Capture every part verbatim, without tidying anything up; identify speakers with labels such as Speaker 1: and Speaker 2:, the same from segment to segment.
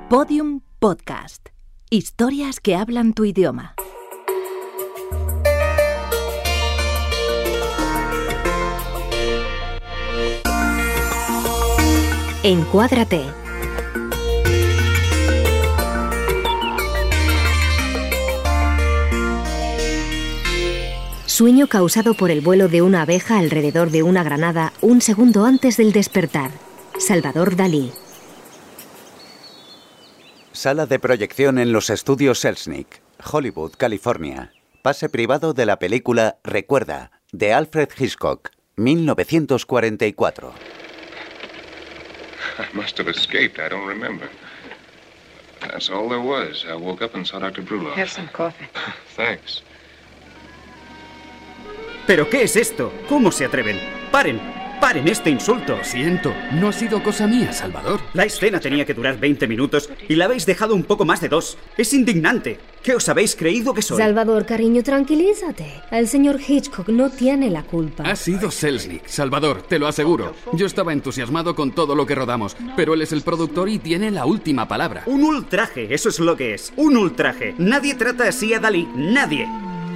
Speaker 1: Podium Podcast. Historias que hablan tu idioma. Encuádrate. Sueño causado por el vuelo de una abeja alrededor de una granada un segundo antes del despertar. Salvador Dalí.
Speaker 2: Sala de proyección en los estudios Selznick, Hollywood, California. Pase privado de la película Recuerda, de Alfred Hitchcock, mil novecientos cuarenta y cuatro.
Speaker 3: I must have escaped. I don't remember. That's all there was. I woke up and saw doctor Brulov.
Speaker 4: Have some coffee.
Speaker 3: Thanks.
Speaker 5: ¿Pero qué es esto? ¿Cómo se atreven? ¡Paren! ¡Paren este insulto!
Speaker 6: Lo siento, no ha sido cosa mía, Salvador.
Speaker 5: La escena tenía que durar veinte minutos y la habéis dejado un poco más de dos. Es indignante. ¿Qué os habéis creído que soy?
Speaker 7: Salvador, cariño, tranquilízate. El señor Hitchcock no tiene la culpa.
Speaker 6: Ha sido Selznick, Salvador, te lo aseguro. Yo estaba entusiasmado con todo lo que rodamos, pero él es el productor y tiene la última palabra.
Speaker 5: Un ultraje, eso es lo que es. Un ultraje. Nadie trata así a Dalí. Nadie.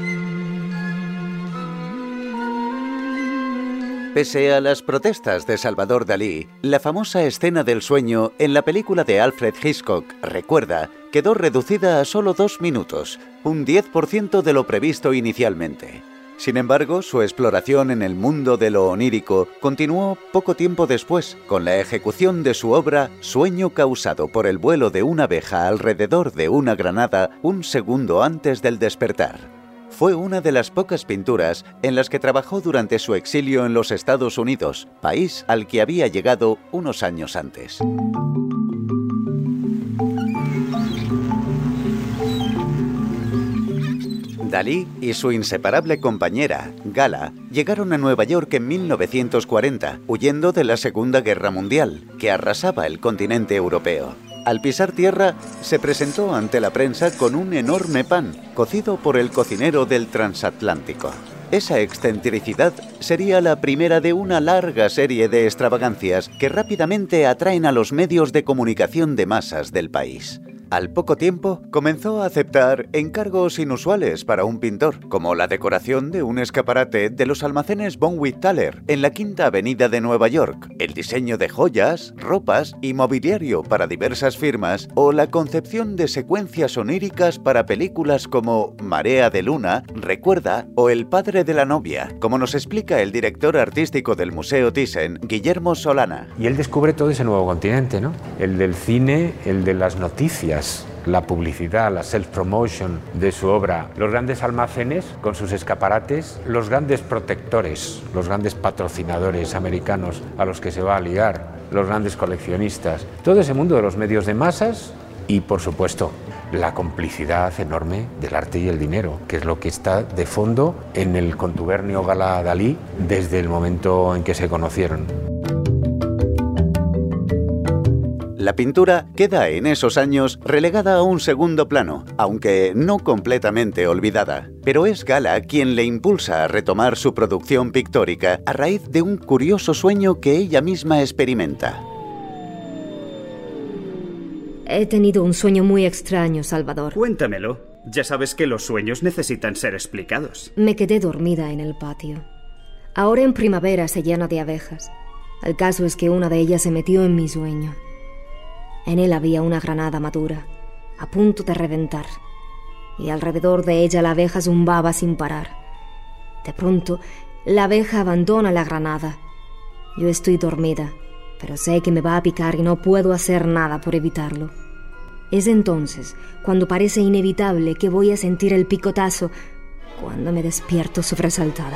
Speaker 2: Pese a las protestas de Salvador Dalí, la famosa escena del sueño en la película de Alfred Hitchcock, Recuerda, quedó reducida a solo dos minutos, un diez por ciento de lo previsto inicialmente. Sin embargo, su exploración en el mundo de lo onírico continuó poco tiempo después, con la ejecución de su obra Sueño causado por el vuelo de una abeja alrededor de una granada un segundo antes del despertar. Fue una de las pocas pinturas en las que trabajó durante su exilio en los Estados Unidos, país al que había llegado unos años antes. Dalí y su inseparable compañera, Gala, llegaron a Nueva York en mil novecientos cuarenta, huyendo de la Segunda Guerra Mundial, que arrasaba el continente europeo. Al pisar tierra, se presentó ante la prensa con un enorme pan, cocido por el cocinero del transatlántico. Esa excentricidad sería la primera de una larga serie de extravagancias que rápidamente atraen a los medios de comunicación de masas del país. Al poco tiempo, comenzó a aceptar encargos inusuales para un pintor, como la decoración de un escaparate de los almacenes Bonwit-Thaler en la Quinta Avenida de Nueva York, el diseño de joyas, ropas y mobiliario para diversas firmas, o la concepción de secuencias oníricas para películas como Marea de Luna, Recuerda o El padre de la novia, como nos explica el director artístico del Museo Thyssen, Guillermo Solana.
Speaker 8: Y él descubre todo ese nuevo continente, ¿no? El del cine, el de las noticias, la publicidad, la self-promotion de su obra, los grandes almacenes con sus escaparates, los grandes protectores, los grandes patrocinadores americanos a los que se va a ligar, los grandes coleccionistas, todo ese mundo de los medios de masas y, por supuesto, la complicidad enorme del arte y el dinero, que es lo que está de fondo en el contubernio Gala-Dalí desde el momento en que se conocieron.
Speaker 2: La pintura queda en esos años relegada a un segundo plano, aunque no completamente olvidada. Pero es Gala quien le impulsa a retomar su producción pictórica a raíz de un curioso sueño que ella misma experimenta.
Speaker 7: He tenido un sueño muy extraño, Salvador.
Speaker 5: Cuéntamelo. Ya sabes que los sueños necesitan ser explicados.
Speaker 7: Me quedé dormida en el patio. Ahora en primavera se llena de abejas. El caso es que una de ellas se metió en mi sueño. En él había una granada madura, a punto de reventar, y alrededor de ella la abeja zumbaba sin parar. De pronto, la abeja abandona la granada. Yo estoy dormida, pero sé que me va a picar y no puedo hacer nada por evitarlo. Es entonces cuando parece inevitable que voy a sentir el picotazo, cuando me despierto sobresaltada.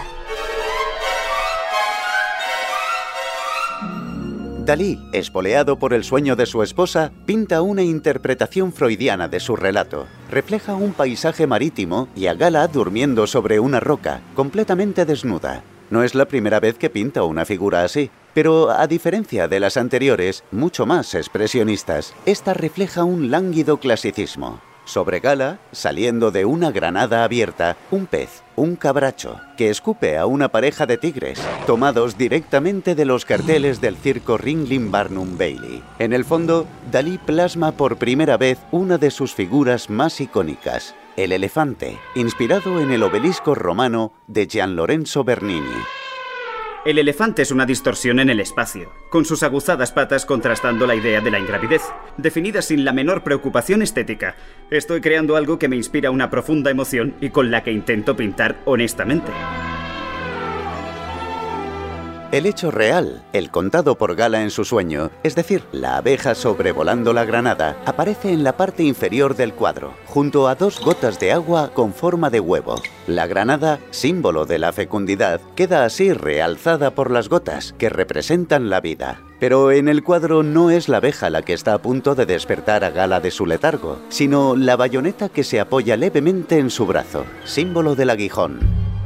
Speaker 2: Dalí, espoleado por el sueño de su esposa, pinta una interpretación freudiana de su relato. Refleja un paisaje marítimo y a Gala durmiendo sobre una roca, completamente desnuda. No es la primera vez que pinta una figura así, pero a diferencia de las anteriores, mucho más expresionistas, esta refleja un lánguido clasicismo. Sobre Gala, saliendo de una granada abierta, un pez, un cabracho, que escupe a una pareja de tigres, tomados directamente de los carteles del circo Ringling Barnum Bailey. En el fondo, Dalí plasma por primera vez una de sus figuras más icónicas, el elefante, inspirado en el obelisco romano de Gian Lorenzo Bernini.
Speaker 5: El elefante es una distorsión en el espacio, con sus aguzadas patas contrastando la idea de la ingravidez, definida sin la menor preocupación estética. Estoy creando algo que me inspira una profunda emoción y con la que intento pintar honestamente.
Speaker 2: El hecho real, el contado por Gala en su sueño, es decir, la abeja sobrevolando la granada, aparece en la parte inferior del cuadro, junto a dos gotas de agua con forma de huevo. La granada, símbolo de la fecundidad, queda así realzada por las gotas, que representan la vida. Pero en el cuadro no es la abeja la que está a punto de despertar a Gala de su letargo, sino la bayoneta que se apoya levemente en su brazo, símbolo del aguijón.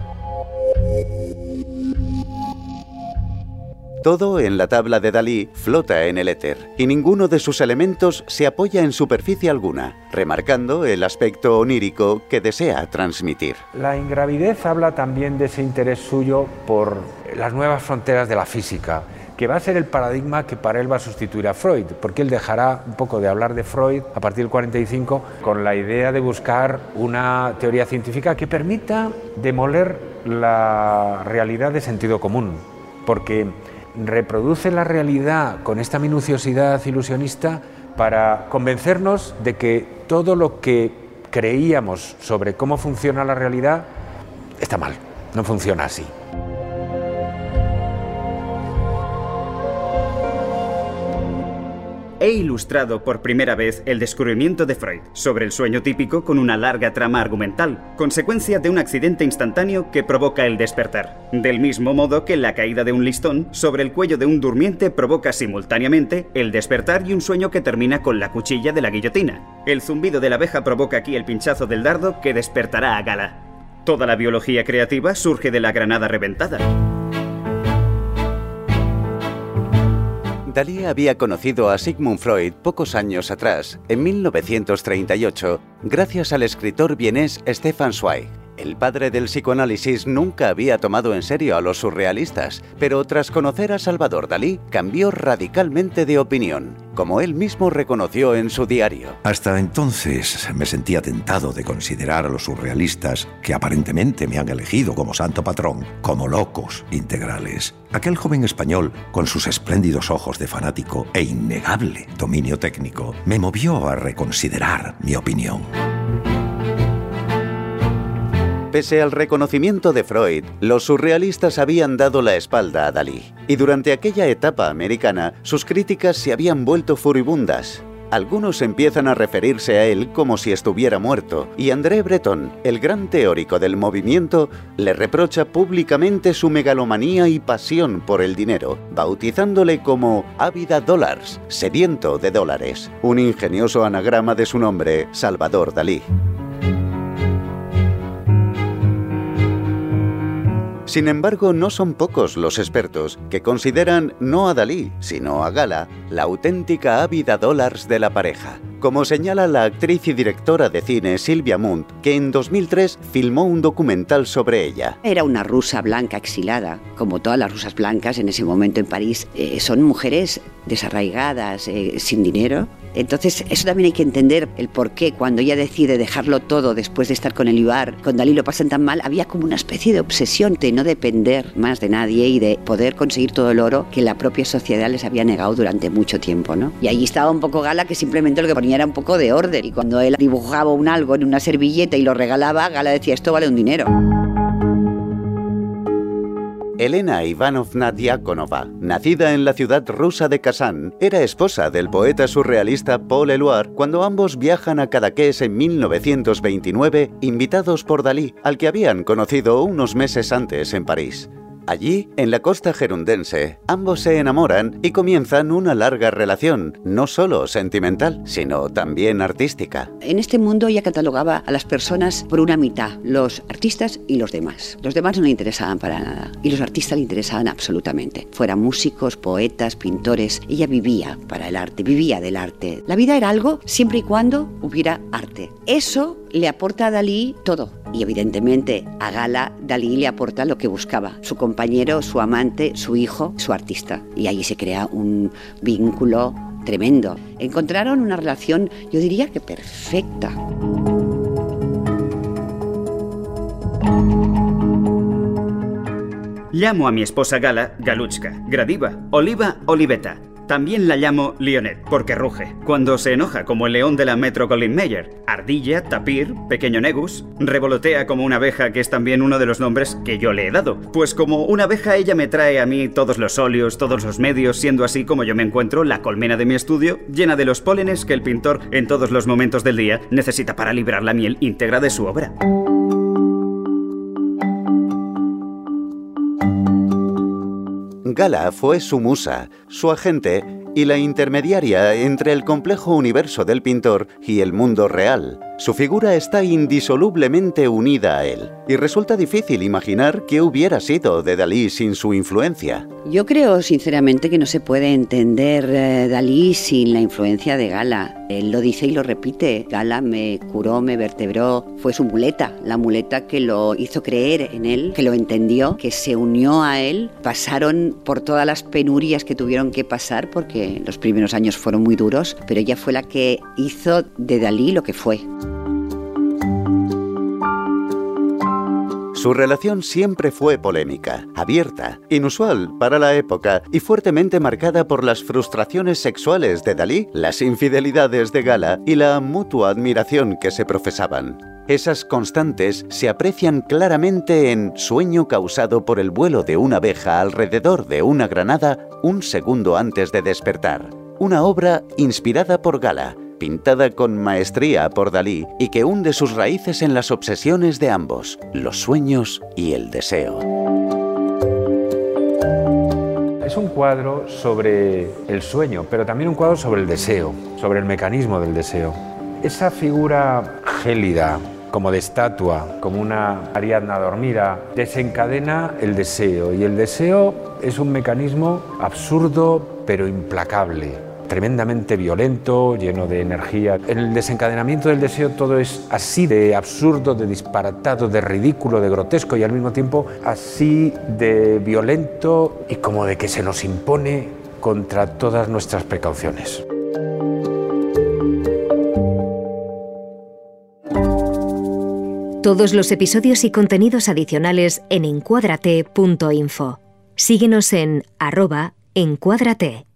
Speaker 2: Todo en la tabla de Dalí flota en el éter, y ninguno de sus elementos se apoya en superficie alguna, remarcando el aspecto onírico que desea transmitir.
Speaker 8: La ingravidez habla también de ese interés suyo por las nuevas fronteras de la física, que va a ser el paradigma que para él va a sustituir a Freud, porque él dejará un poco de hablar de Freud a partir del cuarenta y cinco con la idea de buscar una teoría científica que permita demoler la realidad de sentido común, porque reproduce la realidad con esta minuciosidad ilusionista para convencernos de que todo lo que creíamos sobre cómo funciona la realidad está mal, no funciona así.
Speaker 5: He ilustrado por primera vez el descubrimiento de Freud sobre el sueño típico con una larga trama argumental, consecuencia de un accidente instantáneo que provoca el despertar. Del mismo modo que la caída de un listón sobre el cuello de un durmiente provoca simultáneamente el despertar y un sueño que termina con la cuchilla de la guillotina. El zumbido de la abeja provoca aquí el pinchazo del dardo que despertará a Gala. Toda la biología creativa surge de la granada reventada.
Speaker 2: Dalí había conocido a Sigmund Freud pocos años atrás, en mil novecientos treinta y ocho, gracias al escritor vienés Stefan Zweig. El padre del psicoanálisis nunca había tomado en serio a los surrealistas, pero tras conocer a Salvador Dalí, cambió radicalmente de opinión, como él mismo reconoció en su diario.
Speaker 4: Hasta entonces me sentía tentado de considerar a los surrealistas, que aparentemente me han elegido como santo patrón, como locos integrales. Aquel joven español, con sus espléndidos ojos de fanático e innegable dominio técnico, me movió a reconsiderar mi opinión.
Speaker 2: Pese al reconocimiento de Freud, los surrealistas habían dado la espalda a Dalí, y durante aquella etapa americana, sus críticas se habían vuelto furibundas. Algunos empiezan a referirse a él como si estuviera muerto, y André Breton, el gran teórico del movimiento, le reprocha públicamente su megalomanía y pasión por el dinero, bautizándole como Ávida Dollars, sediento de dólares, un ingenioso anagrama de su nombre, Salvador Dalí. Sin embargo, no son pocos los expertos que consideran no a Dalí, sino a Gala, la auténtica Ávida Dollars de la pareja, como señala la actriz y directora de cine Silvia Munt, que en dos mil tres filmó un documental sobre ella.
Speaker 9: Era una rusa blanca exilada, como todas las rusas blancas en ese momento en París. Eh, son mujeres desarraigadas, eh, sin dinero. Entonces, eso también hay que entender el por qué cuando ella decide dejarlo todo después de estar con el Ibar, con Dalí lo pasan tan mal, había como una especie de obsesión de no depender más de nadie y de poder conseguir todo el oro que la propia sociedad les había negado durante mucho tiempo, ¿no? Y ahí estaba un poco Gala, que simplemente lo que ponía era un poco de orden, y cuando él dibujaba un algo en una servilleta y lo regalaba, Gala decía, esto vale un dinero.
Speaker 2: Elena Ivanovna Diakonova, nacida en la ciudad rusa de Kazán, era esposa del poeta surrealista Paul Éluard cuando ambos viajan a Cadaqués en mil novecientos veintinueve, invitados por Dalí, al que habían conocido unos meses antes en París. Allí, en la costa gerundense, ambos se enamoran y comienzan una larga relación, no solo sentimental, sino también artística.
Speaker 9: En este mundo ella catalogaba a las personas por una mitad, los artistas y los demás. Los demás no le interesaban para nada y los artistas le interesaban absolutamente. Fueran músicos, poetas, pintores, ella vivía para el arte, vivía del arte. La vida era algo siempre y cuando hubiera arte. Eso le aporta a Dalí todo. Y evidentemente a Gala, Dalí le aporta lo que buscaba. Su compañero, su amante, su hijo, su artista. Y ahí se crea un vínculo tremendo. Encontraron una relación, yo diría que perfecta.
Speaker 5: Llamo a mi esposa Gala, Galuchka, Gradiva, Oliva, Oliveta. También la llamo Lionet, porque ruge, cuando se enoja como el león de la Metro Goldwyn Mayer. Ardilla, tapir, pequeño negus, revolotea como una abeja, que es también uno de los nombres que yo le he dado. Pues como una abeja ella me trae a mí todos los óleos, todos los medios, siendo así como yo me encuentro la colmena de mi estudio, llena de los pólenes que el pintor en todos los momentos del día necesita para librar la miel íntegra de su obra.
Speaker 2: Gala fue su musa, su agente y la intermediaria entre el complejo universo del pintor y el mundo real. Su figura está indisolublemente unida a él, y resulta difícil imaginar qué hubiera sido de Dalí sin su influencia.
Speaker 9: Yo creo sinceramente que no se puede entender eh, Dalí sin la influencia de Gala. Él lo dice y lo repite. Gala me curó, me vertebró, fue su muleta, la muleta que lo hizo creer en él, que lo entendió, que se unió a él. Pasaron por todas las penurias que tuvieron que pasar, porque los primeros años fueron muy duros, pero ella fue la que hizo de Dalí lo que fue.
Speaker 2: Su relación siempre fue polémica, abierta, inusual para la época y fuertemente marcada por las frustraciones sexuales de Dalí, las infidelidades de Gala y la mutua admiración que se profesaban. Esas constantes se aprecian claramente en Sueño causado por el vuelo de una abeja alrededor de una granada un segundo antes de despertar, una obra inspirada por Gala, pintada con maestría por Dalí y que hunde sus raíces en las obsesiones de ambos, los sueños y el deseo.
Speaker 8: Es un cuadro sobre el sueño, pero también un cuadro sobre el deseo, sobre el mecanismo del deseo. Esa figura gélida, como de estatua, como una Ariadna dormida, desencadena el deseo, y el deseo es un mecanismo absurdo pero implacable, tremendamente violento, lleno de energía. En el desencadenamiento del deseo todo es así de absurdo, de disparatado, de ridículo, de grotesco y al mismo tiempo así de violento y como de que se nos impone contra todas nuestras precauciones.
Speaker 1: Todos los episodios y contenidos adicionales en encuadrate punto info. Síguenos en arroba encuadrate.